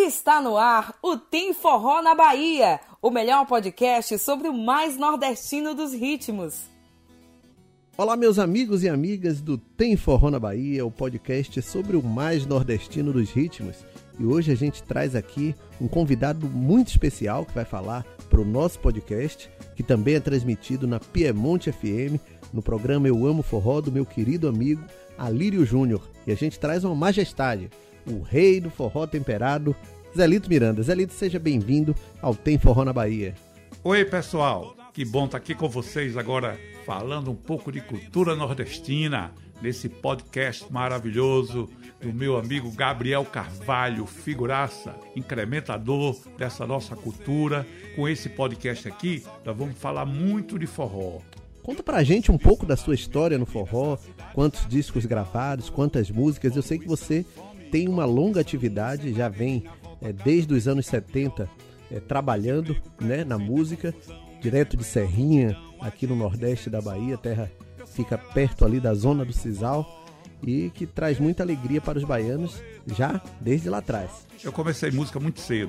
Está no ar o Tem Forró na Bahia, o melhor podcast sobre o mais nordestino dos ritmos. Olá, meus amigos e amigas do Tem Forró na Bahia, o podcast sobre o mais nordestino dos ritmos. E hoje a gente traz aqui um convidado muito especial que vai falar para o nosso podcast, que também é transmitido na Piemonte FM, no programa Eu Amo Forró, do meu querido amigo Alírio Júnior. E a gente traz uma majestade, o rei do forró temperado, Zelito Miranda. Zelito, seja bem-vindo ao Tem Forró na Bahia. Oi, pessoal. Que bom estar aqui com vocês agora, falando um pouco de cultura nordestina, nesse podcast maravilhoso do meu amigo Gabriel Carvalho, figuraça, incrementador dessa nossa cultura. Com esse podcast aqui, nós vamos falar muito de forró. Conta pra gente um pouco da sua história no forró, quantos discos gravados, quantas músicas. Eu sei que você tem uma longa atividade, já vem desde os anos 70 trabalhando, né, na música, direto de Serrinha, aqui no Nordeste da Bahia, terra fica perto ali da zona do Sisal, e que traz muita alegria para os baianos já desde lá atrás. Eu comecei música muito cedo.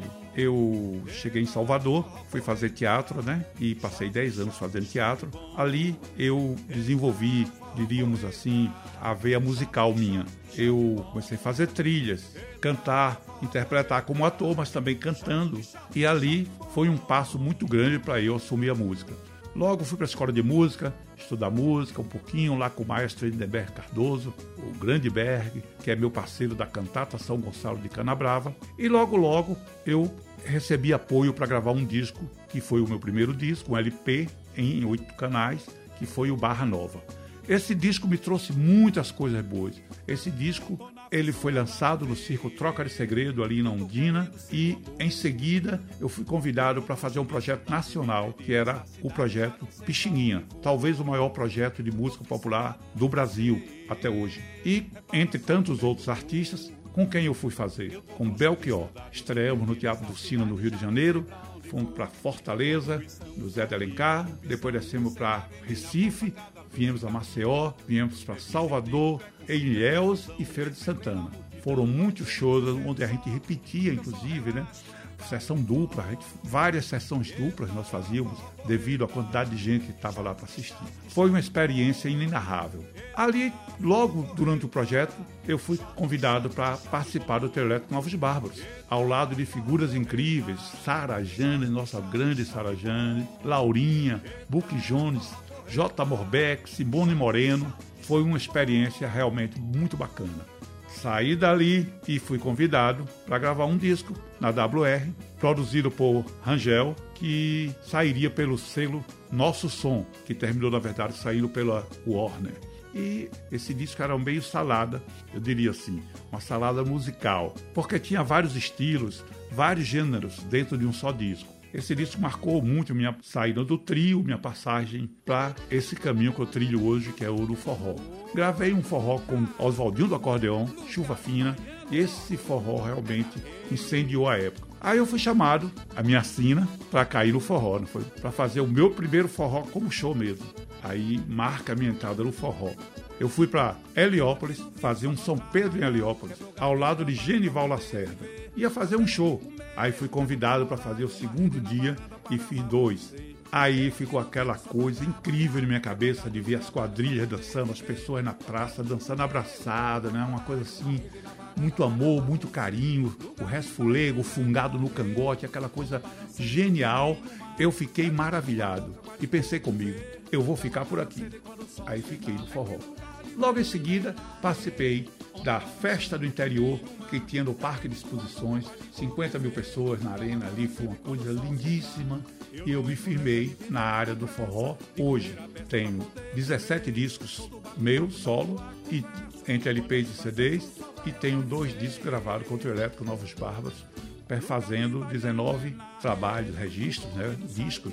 Eu cheguei em Salvador, fui fazer teatro, né? E passei 10 anos fazendo teatro. Ali eu desenvolvi, diríamos assim, a veia musical minha. Eu comecei a fazer trilhas, cantar, interpretar como ator, mas também cantando. E ali foi um passo muito grande para eu assumir a música. Logo fui para a escola de música, estudar música um pouquinho, lá com o maestro Lindenberg Cardoso, o grande Berg, que é meu parceiro da cantata São Gonçalo de Canabrava. E logo eu recebi apoio para gravar um disco, que foi o meu primeiro disco, um LP em 8 canais, que foi o Barra Nova. Esse disco me trouxe muitas coisas boas. Esse disco ele foi lançado no Circo Troca de Segredo, ali na Ondina, e em seguida eu fui convidado para fazer um projeto nacional, que era o projeto Pixinguinha, talvez o maior projeto de música popular do Brasil até hoje. E, entre tantos outros artistas, com quem eu fui fazer? Com Belchior. Estreamos no Teatro do Sina, no Rio de Janeiro, fomos para Fortaleza, do Zé de Alencar, depois descemos para Recife, viemos a Maceió, viemos para Salvador, Ilhéus e Feira de Santana. Foram muitos shows onde a gente repetia, inclusive, né? Sessão dupla, várias sessões duplas nós fazíamos devido à quantidade de gente que estava lá para assistir. Foi uma experiência inenarrável. Ali, logo durante o projeto, eu fui convidado para participar do Telelétrico Novos Bárbaros, ao lado de figuras incríveis, Sara Jane, nossa grande Sara Jane, Laurinha, Buck Jones, J. Morbeck, Simone Moreno. Foi uma experiência realmente muito bacana. Saí dali e fui convidado para gravar um disco na WR, produzido por Rangel, que sairia pelo selo Nosso Som, que terminou, na verdade, saindo pela Warner. E esse disco era meio salada, eu diria assim, uma salada musical, porque tinha vários estilos, vários gêneros dentro de um só disco. Esse disco marcou muito minha saída do trio, minha passagem para esse caminho que eu trilho hoje, que é o do forró. Gravei um forró com Oswaldinho do Acordeon, Chuva Fina, e esse forró realmente incendiou a época. Aí eu fui chamado, a minha sina, para cair no forró, não foi? Para fazer o meu primeiro forró como show mesmo. Aí marca a minha entrada no forró. Eu fui para Heliópolis, fazer um São Pedro em Heliópolis, ao lado de Genival Lacerda. Ia fazer um show. Aí fui convidado para fazer o segundo dia e fiz 2. Aí ficou aquela coisa incrível na minha cabeça de ver as quadrilhas dançando, as pessoas na praça dançando abraçada, né? Uma coisa assim, muito amor, muito carinho, o resfolego, o fungado no cangote, aquela coisa genial. Eu fiquei maravilhado e pensei comigo, eu vou ficar por aqui. Aí fiquei no forró. Logo em seguida, participei da Festa do Interior, que tinha no Parque de Exposições, 50 mil pessoas na arena ali, foi uma coisa lindíssima. E eu me firmei na área do forró. Hoje tenho 17 discos meus, solo, e entre LPs e CDs, e tenho 2 discos gravados com o Elétrico Novos Bárbaros, fazendo 19 trabalhos, registros, né, discos,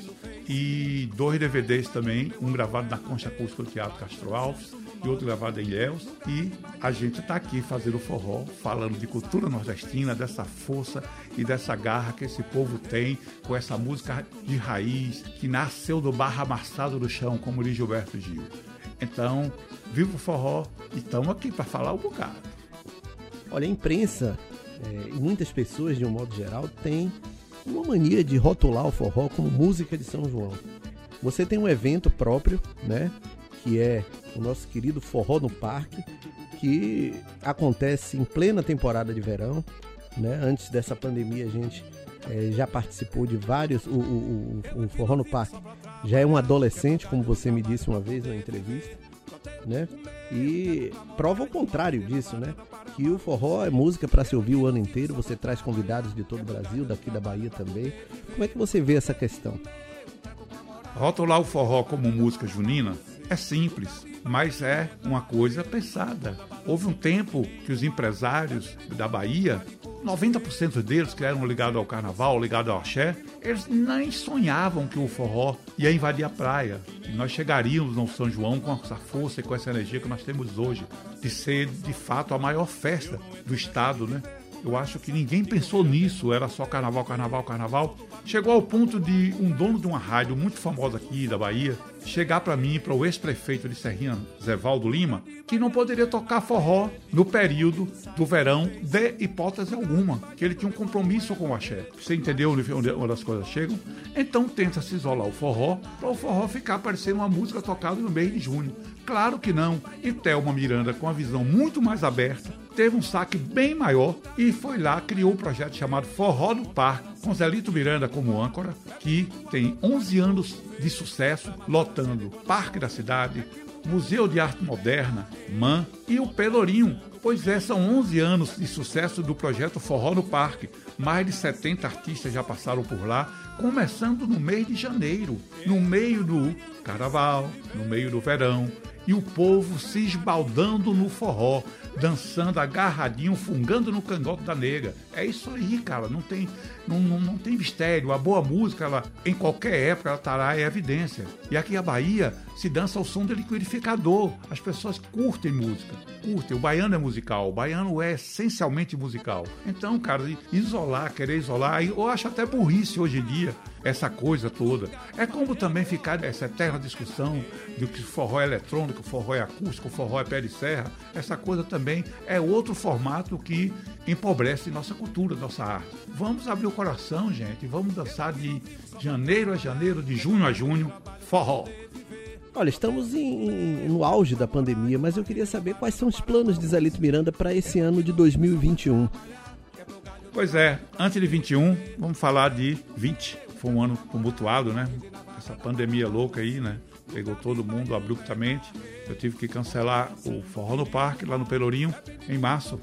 e 2 DVDs também, um gravado na Concha Acústica do Teatro Castro Alves e outro gravado em Ilhéus. E a gente está aqui fazendo forró, falando de cultura nordestina, dessa força e dessa garra que esse povo tem com essa música de raiz que nasceu do barro amassado do chão, como diz Gilberto Gil. Então, viva o forró e estamos aqui para falar um bocado. Olha, a imprensa e muitas pessoas, de um modo geral, têm uma mania de rotular o forró como música de São João. Você tem um evento próprio, né, que é o nosso querido Forró no Parque, que acontece em plena temporada de verão, né? Antes dessa pandemia a gente já participou de vários, o Forró no Parque já é um adolescente, como você me disse uma vez na entrevista, né? E prova o contrário disso, né? Que o forró é música para se ouvir o ano inteiro. Você traz convidados de todo o Brasil, daqui da Bahia também. Como é que você vê essa questão? Rotular o forró como música junina é simples, mas é uma coisa pensada. Houve um tempo que os empresários da Bahia, 90% deles que eram ligados ao carnaval, ligados ao axé, eles nem sonhavam que o forró ia invadir a praia. E nós chegaríamos no São João com essa força e com essa energia que nós temos hoje, de ser, de fato, a maior festa do estado, né? Eu acho que ninguém pensou nisso, era só carnaval, carnaval, carnaval. Chegou ao ponto de um dono de uma rádio muito famosa aqui da Bahia chegar para mim, para o ex-prefeito de Serrinha, Zevaldo Lima, que não poderia tocar forró no período do verão de hipótese alguma, que ele tinha um compromisso com o axé. Você entendeu onde as coisas chegam? Então tenta se isolar o forró, para o forró ficar parecendo uma música tocada no mês de junho. Claro que não. E Thelma Miranda, com a visão muito mais aberta, teve um saque bem maior e foi lá, criou um projeto chamado Forró no Parque, com Zelito Miranda como âncora, que tem 11 anos de sucesso, lotando Parque da Cidade, Museu de Arte Moderna, MAN e o Pelourinho. Pois são 11 anos de sucesso do projeto Forró no Parque. Mais de 70 artistas já passaram por lá, começando no mês de janeiro, no meio do carnaval, no meio do verão, e o povo se esbaldando no forró, dançando agarradinho, fungando no cangote da nega. É isso aí, cara, não tem mistério. A boa música, ela, em qualquer época, ela estará em evidência. E aqui a Bahia se dança ao som do liquidificador. As pessoas curtem música, curtem. O baiano é musical, o baiano é essencialmente musical. Então, cara, querer isolar, eu acho até burrice hoje em dia, essa coisa toda. É como também ficar essa eterna discussão de que o forró é eletrônico, o forró é acústico, o forró é pé de serra. Essa coisa também é outro formato que empobrece nossa cultura, nossa arte. Vamos abrir o coração, gente, vamos dançar de janeiro a janeiro, de junho a junho, forró. Olha, estamos no auge da pandemia, mas eu queria saber quais são os planos de Zelito Miranda para esse ano de 2021. Pois é, antes de 21, vamos falar de 20. Foi um ano tumultuado, né? Essa pandemia louca aí, né? Pegou todo mundo abruptamente. Eu tive que cancelar o Forró no Parque, lá no Pelourinho, em março.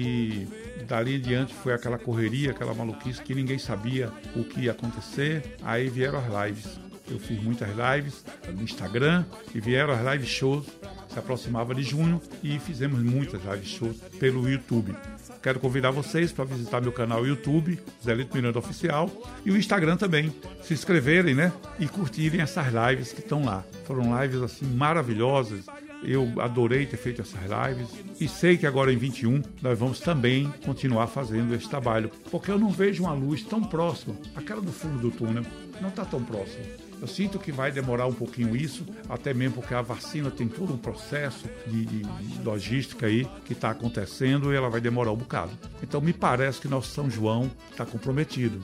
E dali em diante foi aquela correria, aquela maluquice que ninguém sabia o que ia acontecer. Aí vieram as lives. Eu fiz muitas lives no Instagram e vieram as live shows. Se aproximava de junho e fizemos muitas live shows pelo YouTube. Quero convidar vocês para visitar meu canal YouTube, Zelito Miranda Oficial, e o Instagram também. Se inscreverem, né? E curtirem essas lives que estão lá. Foram lives assim maravilhosas. Eu adorei ter feito essas lives e sei que agora em 21 nós vamos também continuar fazendo esse trabalho, porque eu não vejo uma luz tão próxima. Aquela do fundo do túnel não está tão próxima. Eu sinto que vai demorar um pouquinho isso, até mesmo porque a vacina tem todo um processo de logística aí que está acontecendo e ela vai demorar um bocado. Então me parece que nosso São João está comprometido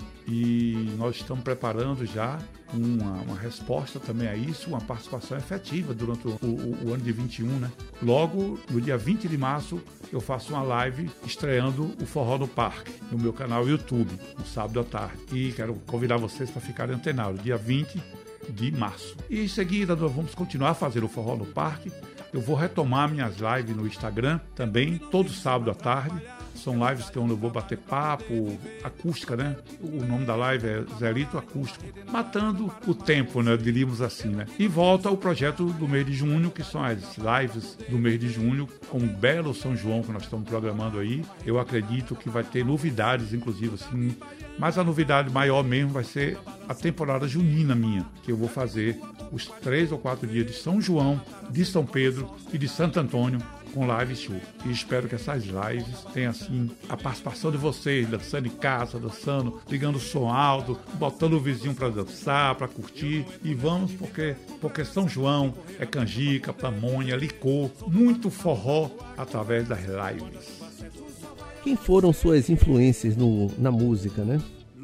e nós estamos preparando já uma resposta também a isso, uma participação efetiva durante o ano de 21, né? Logo, no dia 20 de março, eu faço uma live estreando o Forró no Parque, no meu canal YouTube, no sábado à tarde. E quero convidar vocês para ficarem antenados, dia 20 de março. E em seguida, nós vamos continuar fazendo o Forró no Parque. Eu vou retomar minhas lives no Instagram também, todo sábado à tarde. São lives que eu vou bater papo, acústica, né? O nome da live é Zelito Acústico. Matando o tempo, né? Diríamos assim, né? E volta o projeto do mês de junho, que são as lives do mês de junho, com o belo São João que nós estamos programando aí. Eu acredito que vai ter novidades, inclusive, assim. Mas a novidade maior mesmo vai ser a temporada junina minha, que eu vou fazer os 3 ou 4 dias de São João, de São Pedro e de Santo Antônio, com live show. E espero que essas lives tenham assim a participação de vocês, dançando em casa, dançando, ligando o som alto, botando o vizinho para dançar, para curtir. E vamos porque São João é canjica, pamonha, licor, muito forró através das lives. Quem foram suas influências na música, né?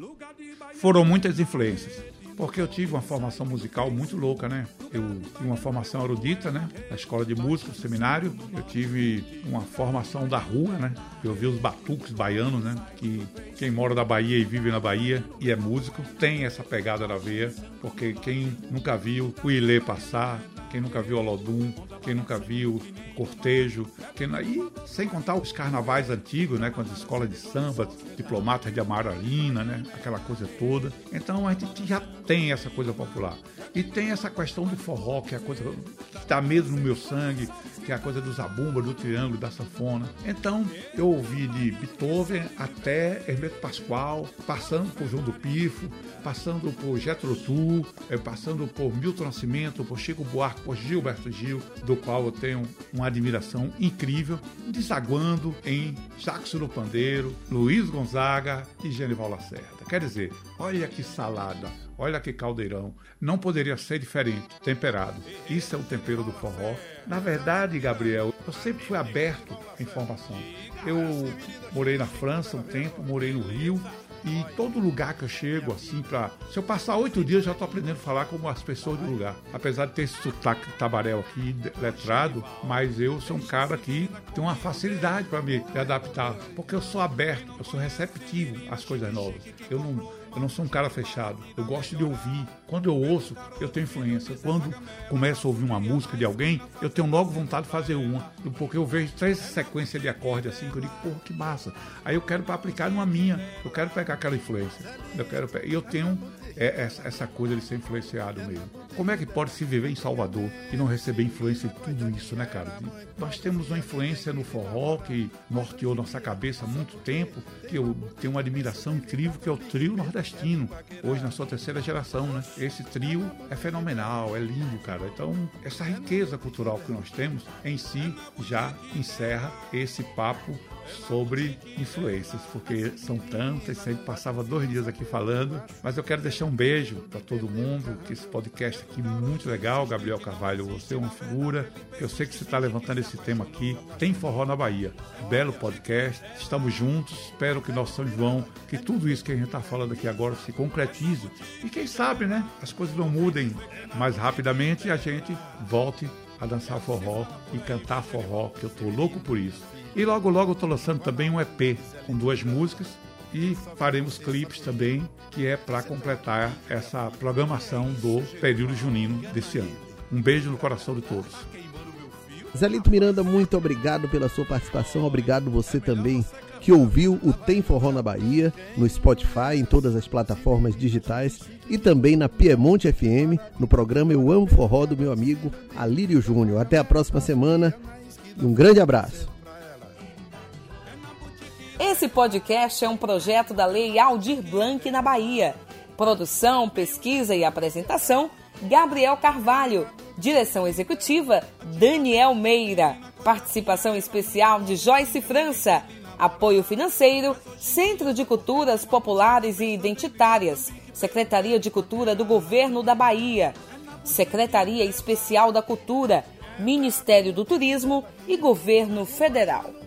Foram muitas influências, porque eu tive uma formação musical muito louca, né? Eu tive uma formação erudita, né? Na escola de música, no seminário. Eu tive uma formação da rua, né? Eu vi os batuques baianos, né? Que quem mora na Bahia e vive na Bahia e é músico tem essa pegada na veia, porque quem nunca viu o Ilê passar, quem nunca viu o Olodum, quem nunca viu o cortejo, e sem contar os carnavais antigos, né, com as escolas de samba, diplomatas de Amaralina, né, aquela coisa toda. Então a gente já tem essa coisa popular. E tem essa questão do forró, que é a coisa que está mesmo no meu sangue, que é a coisa do zabumba, do triângulo, da sanfona. Então eu ouvi de Beethoven até Hermeto Pascoal, passando por João do Pifo, passando por Jethro Tull, passando por Milton Nascimento, por Chico Buarque, por Gilberto Gil, do qual eu tenho uma admiração incrível, desaguando em Jackson do Pandeiro, Luiz Gonzaga e Genival Lacerda. Quer dizer, olha que salada, olha que caldeirão, não poderia ser diferente, temperado. Isso é o tempero do forró. Na verdade, Gabriel, eu sempre fui aberto à informação. Eu morei na França um tempo, morei no Rio, e todo lugar que eu chego, assim, se eu passar 8 dias, já estou aprendendo a falar como as pessoas do lugar. Apesar de ter esse sotaque tabaréu aqui, letrado, mas eu sou um cara que tem uma facilidade para me adaptar, porque eu sou aberto, eu sou receptivo às coisas novas. Eu não sou um cara fechado, eu gosto de ouvir. Quando eu ouço, eu tenho influência. Quando começo a ouvir uma música de alguém, eu tenho logo vontade de fazer uma, porque eu vejo 3 sequências de acordes assim, que eu digo, porra, que massa. Aí eu quero para aplicar numa minha, eu quero pegar aquela influência. E eu tenho essa coisa de ser influenciado mesmo. Como é que pode se viver em Salvador e não receber influência de tudo isso, né, cara? Nós temos uma influência no forró que norteou nossa cabeça há muito tempo, que eu tenho uma admiração incrível, que é o trio nordestino, hoje na sua 3ª geração, né? Esse trio é fenomenal, é lindo, cara. Então, essa riqueza cultural que nós temos em si já encerra esse papo sobre influências, porque são tantas, sempre passava 2 dias aqui falando, mas eu quero deixar um beijo para todo mundo, que esse podcast aqui é muito legal. Gabriel Carvalho, você é uma figura, eu sei que você está levantando esse tema aqui, tem forró na Bahia, belo podcast, estamos juntos, espero que nosso São João, que tudo isso que a gente está falando aqui agora se concretize, e quem sabe, né, as coisas não mudem mais rapidamente e a gente volte a dançar forró e cantar forró, que eu tô louco por isso. E logo logo eu tô lançando também um EP com 2 músicas e faremos clipes também, que é para completar essa programação do período junino desse ano. Um beijo no coração de todos. Zelito Miranda, muito obrigado pela sua participação, obrigado você também que ouviu o Tem Forró na Bahia, no Spotify, em todas as plataformas digitais e também na Piemonte FM, no programa Eu Amo Forró do meu amigo Alírio Júnior. Até a próxima semana e um grande abraço. Esse podcast é um projeto da Lei Aldir Blanc na Bahia. Produção, pesquisa e apresentação, Gabriel Carvalho. Direção executiva, Daniel Meira. Participação especial de Joyce França. Apoio financeiro, Centro de Culturas Populares e Identitárias, Secretaria de Cultura do Governo da Bahia, Secretaria Especial da Cultura, Ministério do Turismo e Governo Federal.